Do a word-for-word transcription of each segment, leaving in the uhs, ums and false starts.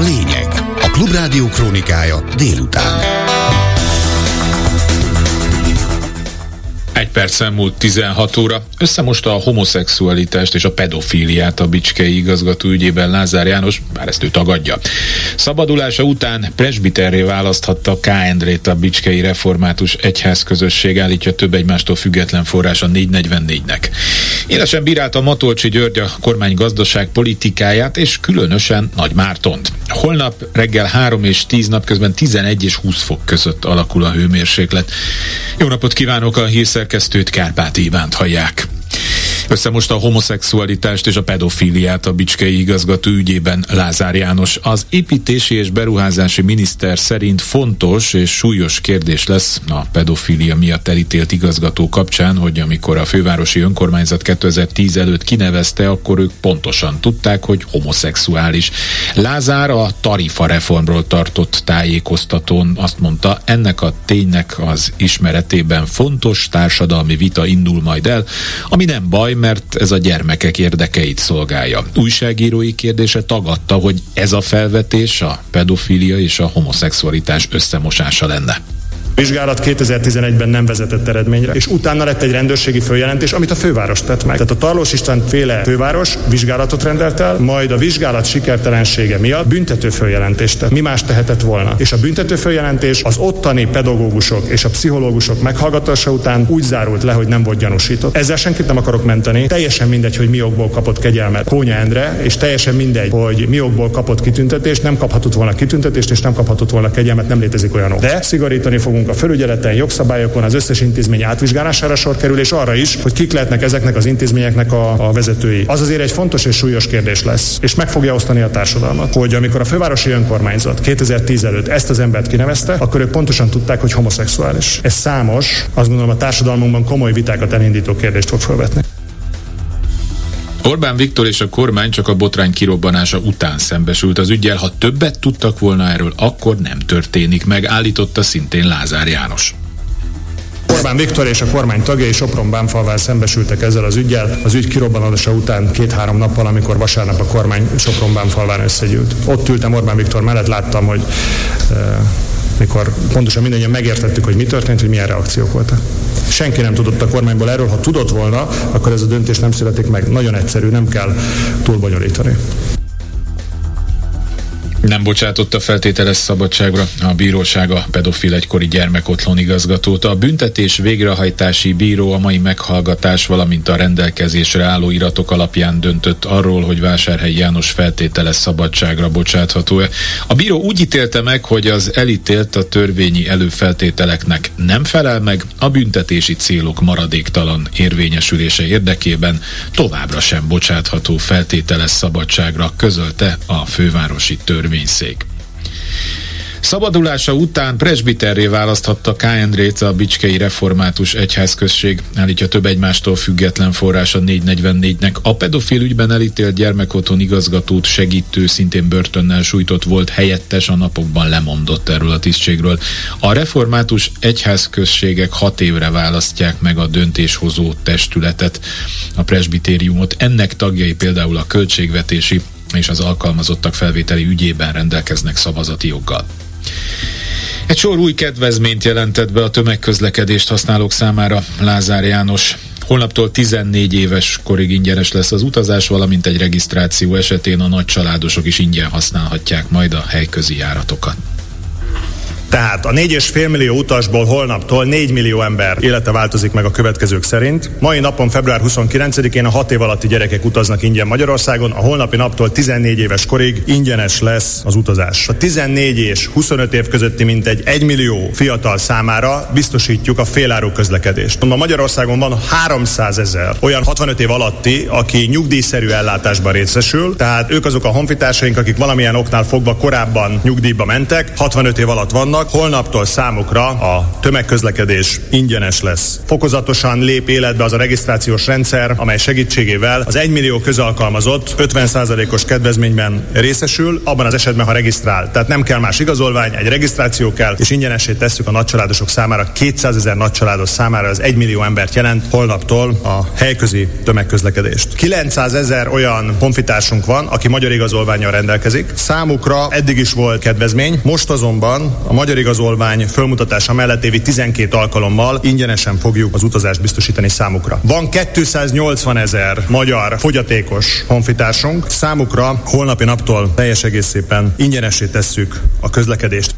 lényeg. A Klubrádió krónikája délután. Egy perccel múlt tizenhat óra. Összemosta a homoszexualitást és a pedofíliát a bicskei igazgató ügyében Lázár János, bár ezt ő tagadja. Szabadulása után presbiterré választhatta K. Endrét a bicskei református egyházközösség, állítja több egymástól független forrás a négy negyvennégynek. Élesen bírálta Matolcsy György a kormány gazdaságpolitikáját, és különösen Nagy Mártont. Holnap reggel három és tíz, napközben tizenegy és húsz fok között alakul a hőmérséklet. Jó napot kívánok, a hírszerkesztőt, Kárpáti Ivánt hallják. Összemosta a homoszexualitást és a pedofíliát a bicskei igazgató ügyében Lázár János. Az építési és beruházási miniszter szerint fontos és súlyos kérdés lesz a pedofília miatt elítélt igazgató kapcsán, hogy amikor a fővárosi önkormányzat kétezer-tíz előtt kinevezte, akkor ők pontosan tudták, hogy homoszexuális. Lázár a tarifareformról tartott tájékoztatón azt mondta, ennek a ténynek az ismeretében fontos társadalmi vita indul majd el, ami nem baj, mert ez a gyermekek érdekeit szolgálja. Újságírói kérdése tagadta, hogy ez a felvetés a pedofília és a homoszexualitás összemosása lenne. A vizsgálat kétezer-tizenegyben nem vezetett eredményre, és utána lett egy rendőrségi följelentés, amit a főváros tett meg. Tehát a Tarlós István féle főváros vizsgálatot rendelt el, majd a vizsgálat sikertelensége miatt büntető följelentést tett. Mi más tehetett volna? És a büntető följelentés az ottani pedagógusok és a pszichológusok meghallgatása után úgy zárult le, hogy nem volt gyanúsított. Ezzel senkit nem akarok menteni. Teljesen mindegy, hogy mi okból kapott kegyelmet Kónya Endre, és teljesen mindegy, hogy mi okból kapott kitüntetést, nem kaphatott volna kitüntetést, és nem kaphatott volna kegyelmet, nem létezik olyan ok. De szigorítani fogunk a felügyeleten, jogszabályokon, az összes intézmény átvizsgálására sor kerül, és arra is, hogy kik lehetnek ezeknek az intézményeknek a, a vezetői. Az azért egy fontos és súlyos kérdés lesz, és meg fogja osztani a társadalmat, hogy amikor a fővárosi önkormányzat kétezer-tíz előtt ezt az embert kinevezte, akkor ők pontosan tudták, hogy homoszexuális. Ez számos, azt gondolom a társadalmunkban komoly vitákat elindító kérdést fog felvetni. Orbán Viktor és a kormány csak a botrány kirobbanása után szembesült az üggyel, ha többet tudtak volna erről, akkor nem történik meg, állította szintén Lázár János. Orbán Viktor és a kormány tagjai Sopron-Bánfalván szembesültek ezzel az üggyel az ügy kirobbanása után két-három nappal, amikor vasárnap a kormány Sopron-Bánfalván összegyűlt. Ott ültem Orbán Viktor mellett, láttam, hogy e, mikor pontosan mindannyian megértettük, hogy mi történt, hogy milyen reakciók voltak. Senki nem tudott a kormányból erről, ha tudott volna, akkor ez a döntés nem születik meg. Nagyon egyszerű, nem kell túlbonyolítani. Nem bocsátotta feltételes szabadságra a bíróság a pedofil egykori gyermekotthon igazgatót. A büntetés végrehajtási bíró a mai meghallgatás, valamint a rendelkezésre álló iratok alapján döntött arról, hogy Vásárhelyi János feltételes szabadságra bocsátható-e. A bíró úgy ítélte meg, hogy az elítélt a törvényi előfeltételeknek nem felel meg, a büntetési célok maradéktalan érvényesülése érdekében továbbra sem bocsátható feltételes szabadságra, közölte a fővárosi törvény. Szabadulása után presbiterré választhatta K. Endrét a bicskei református egyházközség, állítja több egymástól független forrás a négy negyvennégynek. A pedofil ügyben elítélt gyermekotthon igazgatót segítő, szintén börtönnel sújtott volt helyettes a napokban lemondott erről a tisztségről. A református egyházközségek hat évre választják meg a döntéshozó testületet, a presbitériumot. Ennek tagjai például a költségvetési és az alkalmazottak felvételi ügyében rendelkeznek szavazati joggal. Egy sor új kedvezményt jelentett be a tömegközlekedést használók számára Lázár János. Holnaptól tizennégy éves korig ingyenes lesz az utazás, valamint egy regisztráció esetén a nagycsaládosok is ingyen használhatják majd a helyközi járatokat. Tehát a négy és fél millió utasból holnaptól négy millió ember élete változik meg a következők szerint. Mai napon, február huszonkilencedikén a hat év alatti gyerekek utaznak ingyen Magyarországon, a holnapi naptól tizennégy éves korig ingyenes lesz az utazás. A tizennégy és huszonöt év közötti mintegy egy millió fiatal számára biztosítjuk a féláru közlekedést. Ma Magyarországon van háromszázezer olyan hatvanöt év alatti, aki nyugdíjszerű ellátásban részesül, tehát ők azok a honfitársaink, akik valamilyen oknál fogva korábban nyugdíjba mentek, hatvanöt év alatt vannak, vannak. Holnaptól számukra a tömegközlekedés ingyenes lesz. Fokozatosan lép életbe az a regisztrációs rendszer, amely segítségével az egymillió közalkalmazott ötven százalékos kedvezményben részesül, abban az esetben, ha regisztrál. Tehát nem kell más igazolvány, egy regisztráció kell, és ingyenessé tesszük a nagycsaládosok számára, kétszázezer nagycsaládos számára, az egymillió embert jelent holnaptól a helyközi tömegközlekedést. kilencszázezer olyan honfitársunk van, aki magyar igazolvánnyal rendelkezik. Számukra eddig is volt kedvezmény, most azonban a magyar igazolvány fölmutatása mellett évi tizenkét alkalommal ingyenesen fogjuk az utazást biztosítani számukra. Van kétszáznyolcvanezer magyar fogyatékos honfitársunk, számukra holnapi naptól teljes egészében ingyenessé tesszük a közlekedést.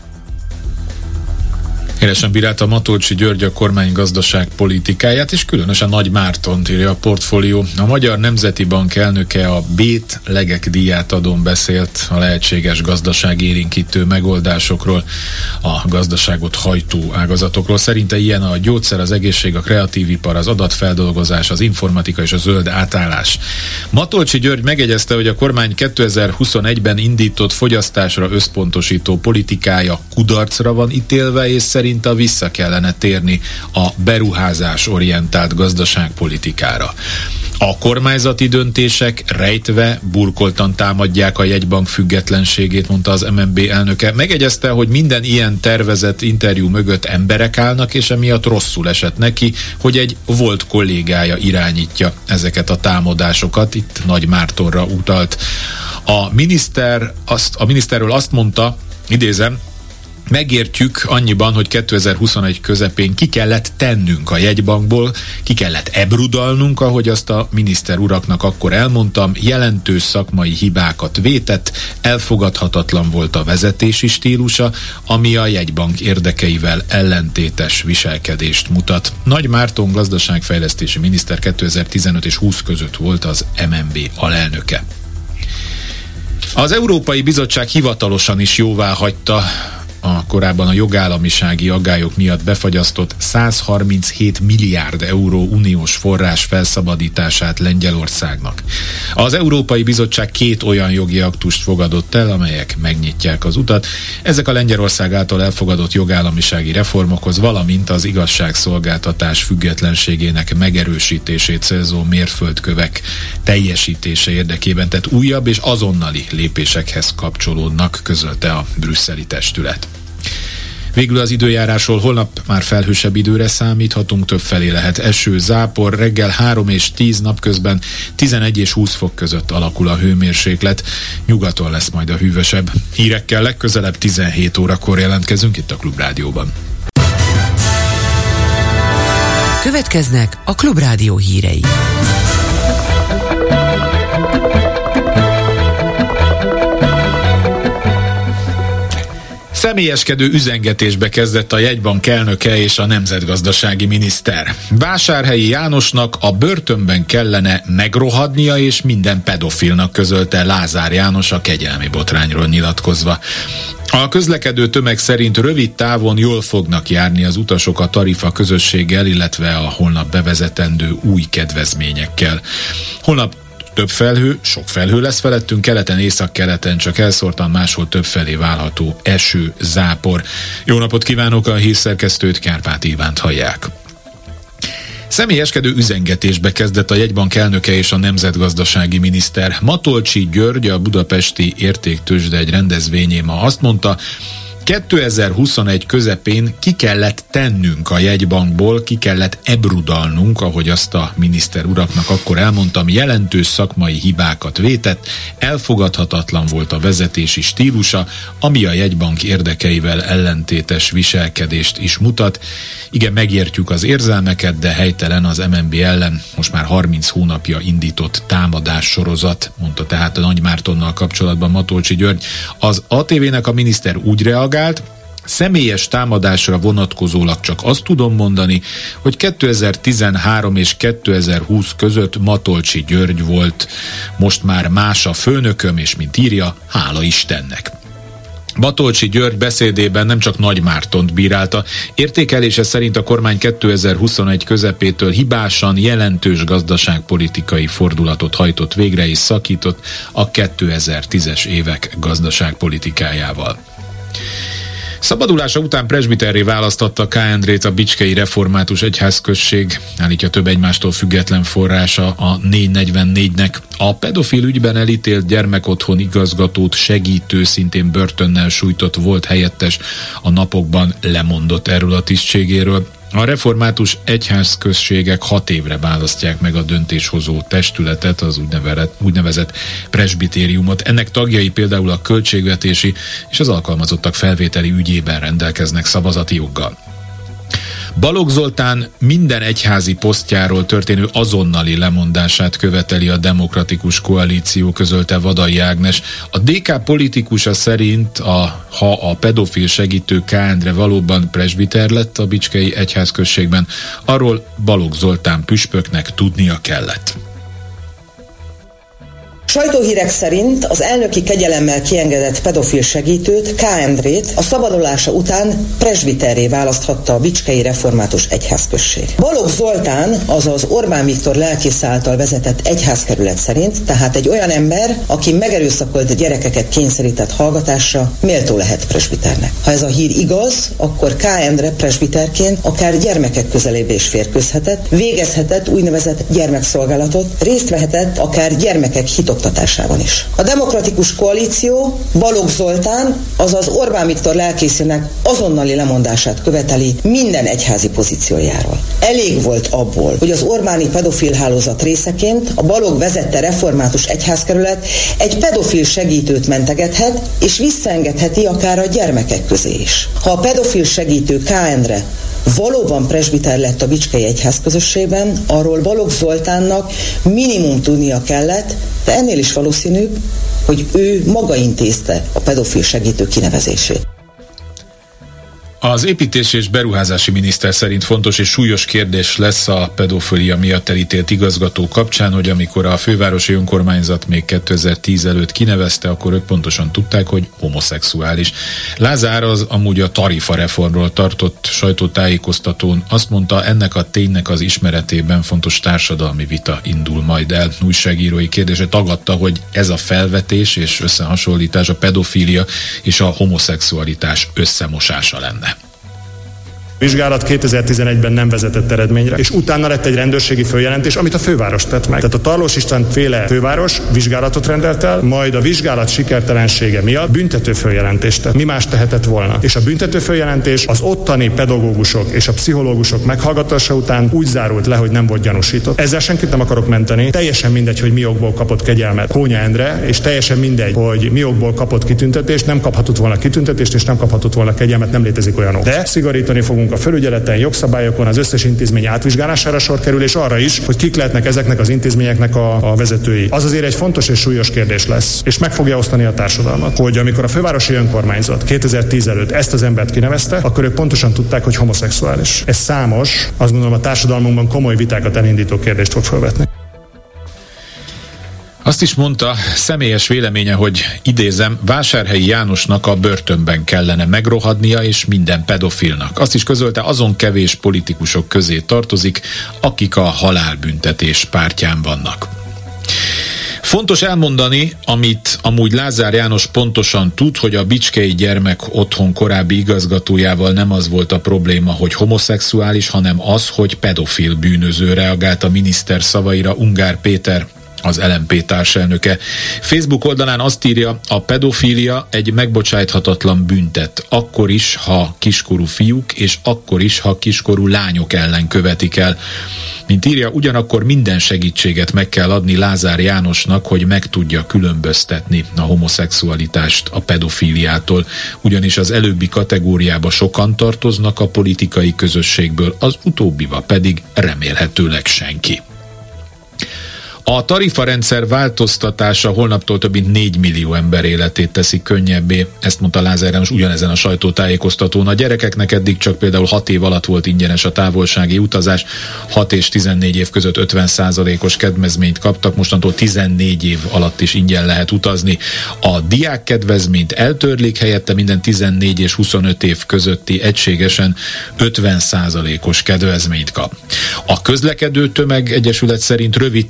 Élesen bírálta Matolcsy György a kormány gazdaságpolitikáját, és különösen Nagy Mártont, írja a Portfólió. A Magyar Nemzeti Bank elnöke a Bét Legek díját adón beszélt a lehetséges gazdaságélénkítő megoldásokról, a gazdaságot hajtó ágazatokról. Szerinte ilyen a gyógyszer, az egészség, a kreatív ipar, az adatfeldolgozás, az informatika és a zöld átállás. Matolcsy György megjegyezte, hogy a kormány kétezer-huszonegyben indított fogyasztásra összpontosító politikája kudarcra van ítélve, és szerint a vissza kellene térni a beruházás orientált gazdaságpolitikára. A kormányzati döntések rejtve, burkoltan támadják a jegybank függetlenségét, mondta az em en bé elnöke. Megegyezte, hogy minden ilyen tervezett interjú mögött emberek állnak, és emiatt rosszul esett neki, hogy egy volt kollégája irányítja ezeket a támadásokat. Itt Nagy Mártonra utalt. A miniszter azt, a miniszterről azt mondta, idézem, megértjük annyiban, hogy kétezer-huszonegy közepén ki kellett tennünk a jegybankból, ki kellett ebrudalnunk, ahogy azt a miniszter uraknak akkor elmondtam, jelentős szakmai hibákat vétett, elfogadhatatlan volt a vezetési stílusa, ami a jegybank érdekeivel ellentétes viselkedést mutat. Nagy Márton gazdaságfejlesztési miniszter kétezer-tizenöt és húsz között volt az em en bé alelnöke. Az Európai Bizottság hivatalosan is jóvá hagyta a korábban a jogállamisági aggályok miatt befagyasztott százharminchét milliárd euró uniós forrás felszabadítását Lengyelországnak. Az Európai Bizottság két olyan jogi aktust fogadott el, amelyek megnyitják az utat. Ezek a Lengyelország által elfogadott jogállamisági reformokhoz, valamint az igazságszolgáltatás függetlenségének megerősítését célzó mérföldkövek teljesítése érdekében, tehát újabb és azonnali lépésekhez kapcsolódnak, közölte a brüsszeli testület. Végül az időjárásról: holnap már felhősebb időre számíthatunk, többfelé lehet eső, zápor, reggel három és tíz, napközben tizenegy és húsz fok között alakul a hőmérséklet, nyugaton lesz majd a hűvösebb. Hírekkel legközelebb tizenhét órakor jelentkezünk itt a Klubrádióban. Következnek a Klubrádió hírei. Személyeskedő üzengetésbe kezdett a jegybank elnöke és a nemzetgazdasági miniszter. Vásárhelyi Jánosnak a börtönben kellene megrohadnia, és minden pedofilnak, közölte Lázár János a kegyelmi botrányról nyilatkozva. A közlekedő tömeg szerint rövid távon jól fognak járni az utasok a tarifa közösséggel, illetve a holnap bevezetendő új kedvezményekkel. Holnap több felhő, sok felhő lesz felettünk, keleten, északkeleten csak elszórtan, máshol többfelé válható eső, zápor. Jó napot kívánok, a hírszerkesztőt, Kárpát Ivánt hallják. Személyeskedő üzengetésbe kezdett a jegybank elnöke és a nemzetgazdasági miniszter. Matolcsy György, a budapesti értéktőzsde egy rendezvényén ma azt mondta, kétezer-huszonegy közepén ki kellett tennünk a jegybankból, ki kellett ebrudalnunk, ahogy azt a miniszter uraknak akkor elmondtam, jelentős szakmai hibákat vétett, elfogadhatatlan volt a vezetési stílusa, ami a jegybank érdekeivel ellentétes viselkedést is mutat. Igen, megértjük az érzelmeket, de helytelen az em en bé ellen most már harminc hónapja indított támadás sorozat, mondta tehát a Nagy Mártonnal kapcsolatban Matolcsy György. Az á té vének a miniszter úgy reagált, személyes támadásra vonatkozólag csak azt tudom mondani, hogy kétezer-tizenhárom és kétezer-húsz között Matolcsy György volt, most már más a főnököm, és mint írja, hála Istennek. Matolcsy György beszédében nem csak Nagy Mártont bírálta, értékelése szerint a kormány kétezer-huszonegy közepétől hibásan jelentős gazdaságpolitikai fordulatot hajtott végre és szakított a kétezer-tízes évek gazdaságpolitikájával. Szabadulása után presbiterré választotta K. Endrét a Bicskei Református Egyházközség, állítja több egymástól független forrása a négy negyvennégynek. A pedofil ügyben elítélt gyermekotthon igazgatót segítő, szintén börtönnel sújtott volt helyettes a napokban lemondott erről a tisztségéről. A református egyházközségek hat évre választják meg a döntéshozó testületet, az úgynevezett, úgynevezett presbitériumot. Ennek tagjai például a költségvetési és az alkalmazottak felvételi ügyében rendelkeznek szavazati joggal. Balogh Zoltán minden egyházi posztjáról történő azonnali lemondását követeli a Demokratikus Koalíció, közölte Vadai Ágnes. A dé ká politikusa szerint, a, ha a pedofil segítő K. Endre valóban presbiter lett a Bicskei Egyházközségben, arról Balogh Zoltán püspöknek tudnia kellett. Sajtóhírek szerint az elnöki kegyelemmel kiengedett pedofil segítőt, K. Endrét a szabadulása után presbiterré választhatta a Bicskei Református Egyházközség. Balogh Zoltán, azaz Orbán Viktor lelkész által vezetett egyházkerület szerint, tehát egy olyan ember, aki megerőszakolt gyerekeket kényszerített hallgatásra, méltó lehet presbiternek. Ha ez a hír igaz, akkor K. Endre presbiterként akár gyermekek közelébe is férkőzhetett, végezhetett úgynevezett gyermekszolgálatot, részt vehetett akár gyermekek hitoktatásában is. A Demokratikus Koalíció Balogh Zoltán, azaz Orbán Viktor lelkészének azonnali lemondását követeli minden egyházi pozíciójáról. Elég volt abból, hogy az Orbáni pedofil hálózat részeként a Balogh vezette református egyházkerület egy pedofil segítőt mentegethet és visszaengedheti akár a gyermekek közé is. Ha a pedofil segítő K. Endre valóban presbiter lett a Bicskei Egyházközösségben, arról Balogh Zoltánnak minimum tudnia kellett, de ennél is valószínűbb, hogy ő maga intézte a pedofil segítő kinevezését. Az építés és beruházási miniszter szerint fontos és súlyos kérdés lesz a pedofilia miatt elítélt igazgató kapcsán, hogy amikor a fővárosi önkormányzat még kétezer-tíz előtt kinevezte, akkor ők pontosan tudták, hogy homoszexuális. Lázár az amúgy a tarifareformról tartott sajtótájékoztatón azt mondta, ennek a ténynek az ismeretében fontos társadalmi vita indul majd el. Újságírói kérdése tagadta, hogy ez a felvetés és összehasonlítás a pedofília és a homoszexualitás összemosása lenne. Vizsgálat kétezer-tizenegyben nem vezetett eredményre, és utána lett egy rendőrségi följelentés, amit a főváros tett meg. Tehát a Tarlós István féle főváros vizsgálatot rendelt el, majd a vizsgálat sikertelensége miatt büntető följelentést tett. Mi más tehetett volna? És a büntető följelentés az ottani pedagógusok és a pszichológusok meghallgatása után úgy zárult le, hogy nem volt gyanúsított. Ezzel senkit nem akarok menteni. Teljesen mindegy, hogy mi okból kapott kegyelmet Kónya Endre, és teljesen mindegy, hogy mi okból kapott kitüntetést, nem kaphatott volna kitüntetést, és nem kaphatott volna kegyelmet, nem létezik olyan ok. De szigorítani fogunk a felügyeleten, jogszabályokon, az összes intézmény átvizsgálására sor kerül, és arra is, hogy kik lehetnek ezeknek az intézményeknek a, a vezetői. Az azért egy fontos és súlyos kérdés lesz, és meg fogja osztani a társadalmat, hogy amikor a fővárosi önkormányzat kétezer-tíz előtt ezt az embert kinevezte, akkor ők pontosan tudták, hogy homoszexuális. Ez számos, azt gondolom a társadalmunkban komoly vitákat elindító kérdést fog felvetni. Azt is mondta, személyes véleménye, hogy idézem, Vásárhelyi Jánosnak a börtönben kellene megrohadnia, és minden pedofilnak. Azt is közölte, azon kevés politikusok közé tartozik, akik a halálbüntetés pártján vannak. Fontos elmondani, amit amúgy Lázár János pontosan tud, hogy a Bicskei Gyermek Otthon korábbi igazgatójával nem az volt a probléma, hogy homoszexuális, hanem az, hogy pedofil bűnöző, reagált a miniszter szavaira Ungár Péter, az el em pé társelnöke. Facebook oldalán azt írja, a pedofília egy megbocsájthatatlan büntet, akkor is, ha kiskorú fiúk, és akkor is, ha kiskorú lányok ellen követik el. Mint írja, ugyanakkor minden segítséget meg kell adni Lázár Jánosnak, hogy meg tudja különböztetni a homoszexualitást a pedofíliától, ugyanis az előbbi kategóriába sokan tartoznak a politikai közösségből, az utóbbiba pedig remélhetőleg senki. A tarifarendszer változtatása holnaptól több mint négy millió ember életét teszi könnyebbé, ezt mondta Lázár János ugyanezen a sajtótájékoztatón. A gyerekeknek eddig csak például hat év alatt volt ingyenes a távolsági utazás, hat és tizennégy év között ötven százalékos kedvezményt kaptak, mostantól tizennégy év alatt is ingyen lehet utazni. A diák kedvezményt eltörlik, helyette minden tizennégy és huszonöt év közötti egységesen ötven százalékos kedvezményt kap. A Közlekedő Tömeg Egyesület szerint rövid távon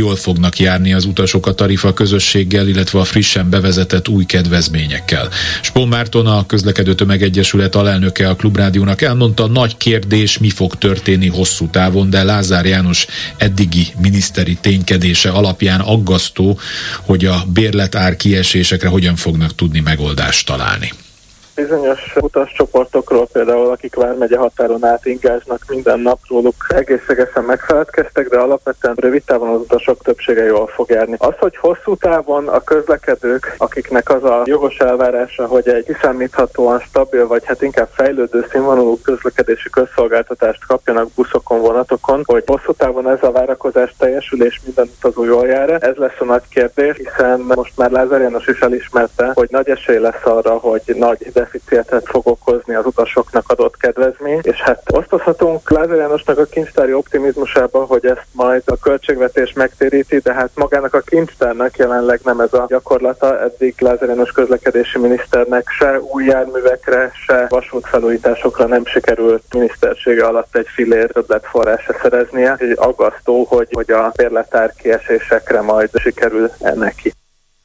jól fognak járni az utasok a tarifa közösséggel, illetve a frissen bevezetett új kedvezményekkel. Spohn Márton, a Közlekedő Tömegegyesület alelnöke a Klubrádiónak elmondta, nagy kérdés, mi fog történni hosszú távon, de Lázár János eddigi miniszteri ténykedése alapján aggasztó, hogy a bérletár kiesésekre hogyan fognak tudni megoldást találni. Bizonyos utascsoportokról, például akik Vármegye határon át ingáznak, minden nap róluk egészségesen megfeledkeztek, de alapvetően rövid távon az utasok többsége jól fog járni. Az, hogy hosszú távon a közlekedők, akiknek az a jogos elvárása, hogy egy kiszámíthatóan stabil, vagy hát inkább fejlődő színvonalú közlekedési közszolgáltatást kapjanak buszokon, vonatokon, hogy hosszú távon ez a várakozás teljesül, és minden utazó jól jár, ez lesz a nagy kérdés, hiszen most már Lázár János is elismerte, hogy nagy esély lesz arra, hogy nagy deficitet fog okozni az utasoknak adott kedvezmény, és hát osztozhatunk Lázár Jánosnak a kincstári optimizmusába, hogy ezt majd a költségvetés megtéríti, de hát magának a kincstárnak jelenleg nem ez a gyakorlata. Eddig Lázár János közlekedési miniszternek se új járművekre, se vasútfelújításokra nem sikerült minisztersége alatt egy fillér többletforrásra szereznie. Így aggasztó, hogy, hogy a bérletár kiesésekre majd sikerül neki.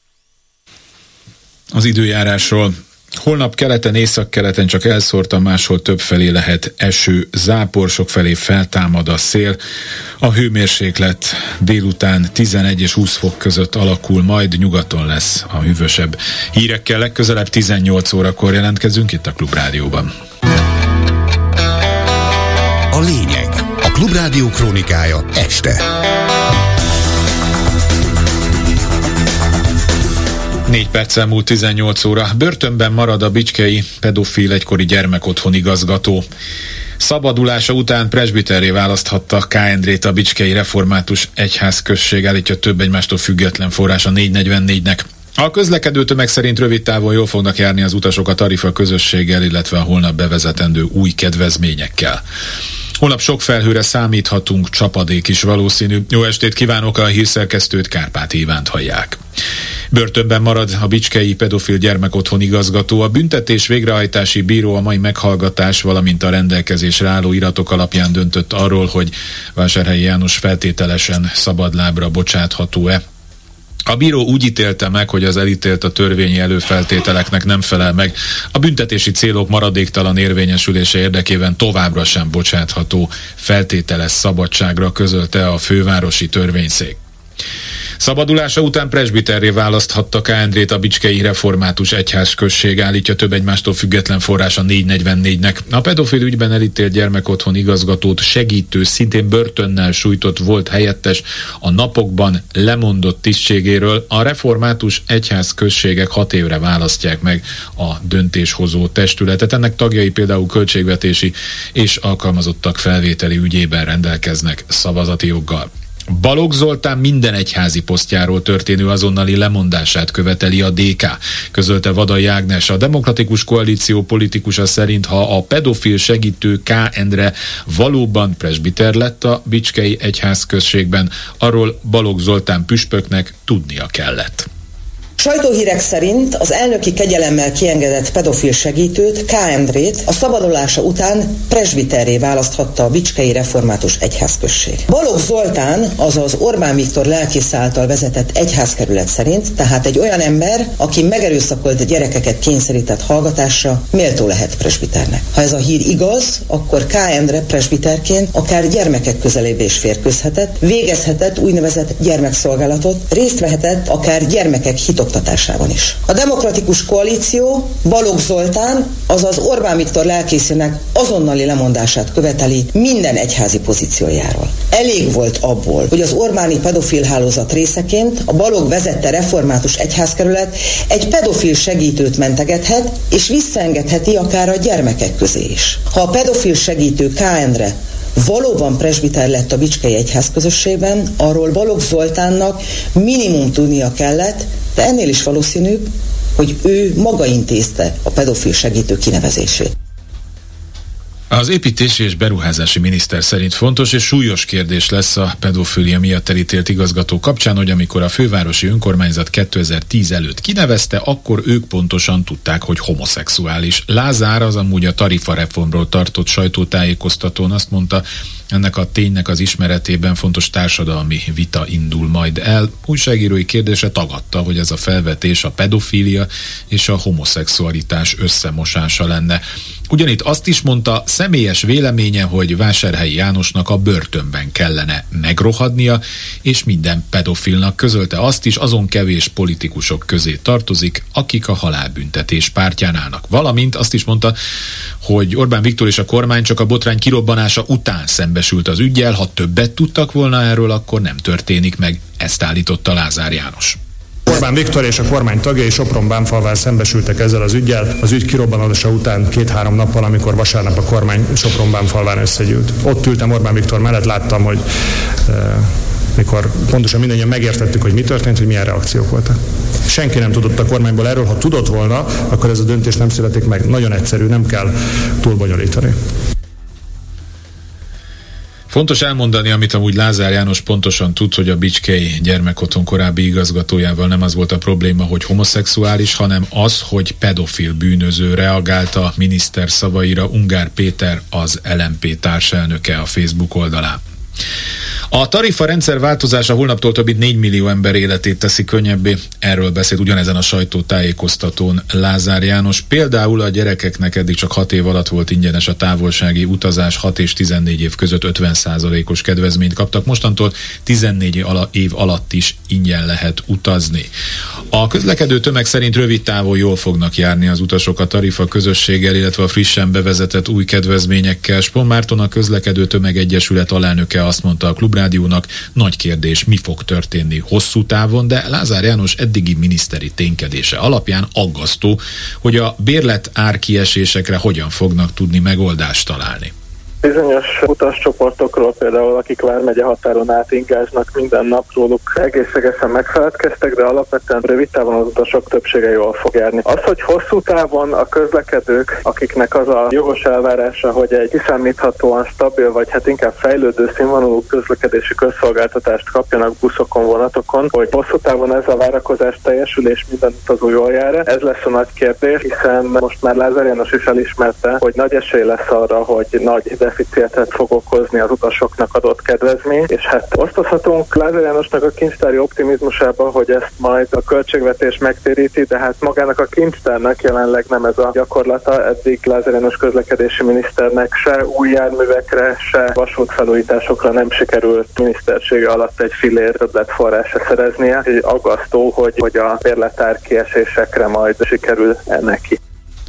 Az időjárásról. Holnap keleten, északkeleten csak elszórtan, máshol többfelé lehet eső, zápor, sokfelé feltámad a szél. A hőmérséklet délután tizenegy és húsz fok között alakul, majd nyugaton lesz a hűvösebb. Hírekkel legközelebb tizennyolc órakor jelentkezünk itt a Klubrádióban. A lényeg. A Klubrádió krónikája este. Négy perccel múlt tizennyolc óra. Börtönben marad a bicskei pedofil egykori gyermekotthon igazgató. Szabadulása után presbiterré választhatta K. Endrét a Bicskei Református Egyházközség, állítja több egymástól független forrás a négy negyvennégynek. A közlekedő tömeg szerint rövid távon jól fognak járni az utasok a tarifa közösséggel, illetve a holnap bevezetendő új kedvezményekkel. Holnap sok felhőre számíthatunk, csapadék is valószínű. Jó estét kívánok, a hírszerkesztőt, Kárpáti Ivánt hallják. Börtönben marad a bicskei pedofil gyermekotthon igazgató. A büntetés végrehajtási bíró a mai meghallgatás, valamint a rendelkezésre álló iratok alapján döntött arról, hogy Vásárhelyi János feltételesen szabadlábra bocsátható-e. A bíró úgy ítélte meg, hogy az elítélt a törvényi előfeltételeknek nem felel meg. A büntetési célok maradéktalan érvényesülése érdekében továbbra sem bocsátható feltételes szabadságra, közölte a fővárosi törvényszék. Szabadulása után presbiterré választhatta K. Endrét a Bicskei Református Egyházközség, állítja több egymástól független forrás a négy negyvennégynek. A pedofil ügyben elítélt gyermekotthon igazgatót segítő, szintén börtönnel sújtott volt helyettes a napokban lemondott tisztségéről. A Református Egyházközségek hat évre választják meg a döntéshozó testületet. Ennek tagjai például költségvetési és alkalmazottak felvételi ügyében rendelkeznek szavazati joggal. Balogh Zoltán minden egyházi posztjáról történő azonnali lemondását követeli a dé ká, közölte Vadai Ágnes. A Demokratikus Koalíció politikusa szerint, ha a pedofil segítő K. Endre valóban presbiter lett a Bicskei Egyházközségben, arról Balogh Zoltán püspöknek tudnia kellett. Sajtóhírek szerint az elnöki kegyelemmel kiengedett pedofil segítőt, K. Endrét a szabadulása után presbiterré választhatta a Bicskei Református Egyházközség. Balogh Zoltán, azaz Orbán Viktor lelkész által vezetett egyházkerület szerint, tehát egy olyan ember, aki megerőszakolt gyerekeket kényszerített hallgatásra, méltó lehet presbiternek. Ha ez a hír igaz, akkor K. Endre presbiterként akár gyermekek közelébe is férkőzhetett, végezhetett úgynevezett gyermekszolgálatot, részt vehetett akár gyermekek hitok oktatásában is. A Demokratikus Koalíció Balogh Zoltán, azaz Orbán Viktor lelkészének azonnali lemondását követeli minden egyházi pozíciójáról. Elég volt abból, hogy az Orbáni pedofil hálózat részeként a Balogh vezette Református Egyházkerület egy pedofil segítőt mentegethet, és visszaengedheti akár a gyermekek közé is. Ha a pedofil segítő K. Endre valóban presbiter lett a Bicskei Egyházközösségben, arról Balogh Zoltánnak minimum tudnia kellett, de ennél is valószínűbb, hogy ő maga intézte a pedofil segítő kinevezését. A Az építési és beruházási miniszter szerint fontos és súlyos kérdés lesz a pedofília miatt elítélt igazgató kapcsán, hogy amikor a fővárosi önkormányzat kétezer-tíz előtt kinevezte, akkor ők pontosan tudták, hogy homoszexuális. Lázár az amúgy a tarifareformról tartott sajtótájékoztatón azt mondta, ennek a ténynek az ismeretében fontos társadalmi vita indul majd el. Újságírói kérdése tagadta, hogy ez a felvetés a pedofília és a homoszexualitás összemosása lenne. Ugyanitt azt is mondta, személyes véleménye, hogy Vásárhelyi Jánosnak a börtönben kellene megrohadnia, és minden pedofilnak közölte azt is, azon kevés politikusok közé tartozik, akik a halálbüntetés pártján állnak. Valamint azt is mondta, hogy Orbán Viktor és a kormány csak a botrány kirobbanása után szembesült az üggyel, ha többet tudtak volna erről, akkor nem történik meg, ezt állította Lázár János. Orbán Viktor és a kormány tagjai Sopron-Bánfalván szembesültek ezzel az üggyel. Az ügy kirobbanása után két-három nappal, amikor vasárnap a kormány Sopron-Bánfalván összegyűlt. Ott ültem Orbán Viktor mellett, láttam, hogy e, mikor pontosan mindannyian megértettük, hogy mi történt, hogy milyen reakciók voltak. Senki nem tudott a kormányból erről, ha tudott volna, akkor ez a döntés nem születik meg. Nagyon egyszerű, nem kell túl bonyolítani. Fontos elmondani, amit amúgy Lázár János pontosan tud, hogy a Bicskei Gyermekotthon korábbi igazgatójával nem az volt a probléma, hogy homoszexuális, hanem az, hogy pedofil bűnöző, reagált a miniszter szavaira Ungár Péter, az el em pé társelnöke a Facebook oldalán. A tarifarendszer változása holnaptól több mint négy millió ember életét teszi könnyebbé. Erről beszélt ugyanezen a sajtótájékoztatón Lázár János. Például a gyerekeknek eddig csak hat év alatt volt ingyenes a távolsági utazás, hat és tizennégy év között ötven százalékos kedvezményt kaptak. Mostantól tizennégy év alatt is ingyen lehet utazni. A közlekedő tömeg szerint rövid távon jól fognak járni az utasok a tarifa közösséggel, illetve a frissen bevezetett új kedvezményekkel. Spon Márton, a Közlekedő Tömeg Egyesület alelnöke azt mondta a Klubrádiónak, nagy kérdés, mi fog történni hosszú távon, de Lázár János eddigi miniszteri ténykedése alapján aggasztó, hogy a bérlet árkiesésekre hogyan fognak tudni megoldást találni. Bizonyos utascsoportokról, például akik Vármegye határon át ingáznak, minden nap róluk egész egészen megfeledkeztek, de alapvetően rövid távon az utasok többsége jól fog járni. Az, hogy hosszú távon a közlekedők, akiknek az a jogos elvárása, hogy egy kiszámíthatóan stabil, vagy hát inkább fejlődő színvonalú közlekedési közszolgáltatást kapjanak buszokon, vonatokon, hogy hosszú távon ez a várakozás teljesül, és minden utazó jól jár, ez lesz a nagy kérdés, hiszen most már Lázár János is elismerte, hogy nagy esély lesz arra, hogy nagy deficitet fog okozni az utasoknak adott kedvezmény, és hát osztozhatunk Lázár Jánosnak a kincstári optimizmusába, hogy ezt majd a költségvetés megtéríti, de hát magának a kincstárnak jelenleg nem ez a gyakorlata. Eddig Lázár János közlekedési miniszternek se új járművekre, se vasútfelújításokra nem sikerült minisztersége alatt egy fillér többletforrásra szereznie. Így aggasztó, hogy, hogy a bérletár kiesésekre majd sikerül neki.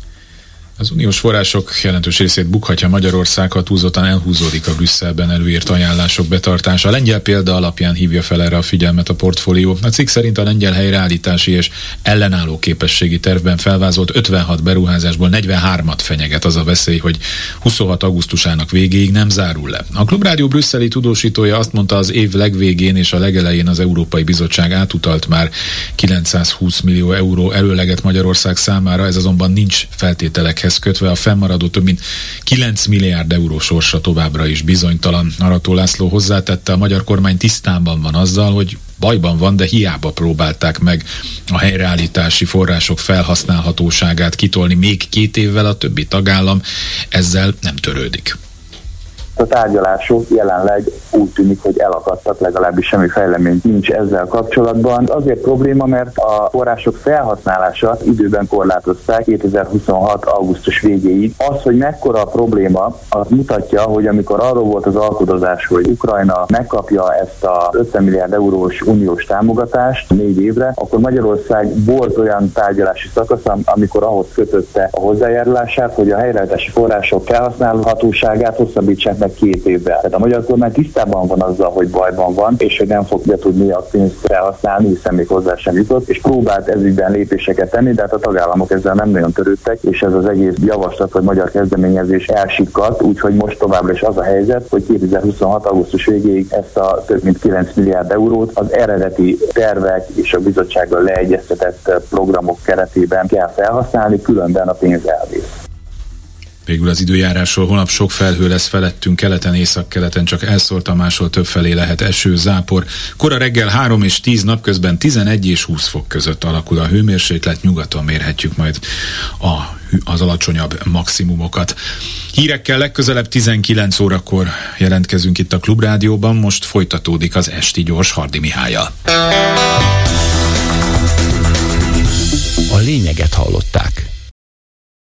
Az uniós források jelentős részét bukhatja Magyarország, ha túlzottan elhúzódik a Brüsszelben előírt ajánlások betartása. A lengyel példa alapján hívja fel erre a figyelmet a portfólió. A cikk szerint a lengyel helyreállítási és ellenálló képességi tervben felvázolt ötvenhat beruházásból negyvenhármat fenyeget az a veszély, hogy huszonhat augusztusának végéig nem zárul le. A Klubrádió brüsszeli tudósítója azt mondta, az év legvégén és a legelején az Európai Bizottság átutalt már kilencszázhúsz millió euró előleget Magyarország számára, ez azonban nincs feltételekhez kötve, a fennmaradó több mint kilenc milliárd euró sorsa továbbra is bizonytalan. Arató László hozzátette, a magyar kormány tisztában van azzal, hogy bajban van, de hiába próbálták meg a helyreállítási források felhasználhatóságát kitolni még két évvel, a többi tagállam ezzel nem törődik. A tárgyalások jelenleg úgy tűnik, hogy elakadtak, legalábbis semmi fejlemény nincs ezzel kapcsolatban. Azért probléma, mert a források felhasználása időben korlátozták kétezer-huszonhat augusztus végéig. Az, hogy mekkora a probléma, az mutatja, hogy amikor arról volt az alkudozás, hogy Ukrajna megkapja ezt a ötven milliárd eurós uniós támogatást négy évre, akkor Magyarország volt olyan tárgyalási szakasz, amikor ahhoz kötötte a hozzájárulását, hogy a helyreállítási források felhasználhatóságát hosszabbítsák meg két évvel. Tehát a magyar kormány tisztában van azzal, hogy bajban van, és hogy nem fogja tudni a pénzt felhasználni, hiszen még hozzá sem jutott, és próbált ezügyben lépéseket tenni, de hát a tagállamok ezzel nem nagyon törődtek, és ez az egész javaslat, vagy magyar kezdeményezés elsikkadt, úgyhogy most továbbra is az a helyzet, hogy kétezer-huszonhat augusztus végéig ezt a több mint kilenc milliárd eurót az eredeti tervek és a bizottsággal leegyeztetett programok keretében kell felhasználni, különben a pénz elvész. Végül az időjárásról: holnap sok felhő lesz felettünk, keleten, északkeleten csak elszórtan, máshol többfelé lehet eső, zápor. Kora reggel három és tíz, napközben tizenegy és húsz fok között alakul a hőmérséklet, nyugaton mérhetjük majd a, az alacsonyabb maximumokat. Hírekkel legközelebb tizenkilenc órakor jelentkezünk itt a Klubrádióban, most folytatódik az Esti Gyors Hardy Mihállyal. A lényeget hallották.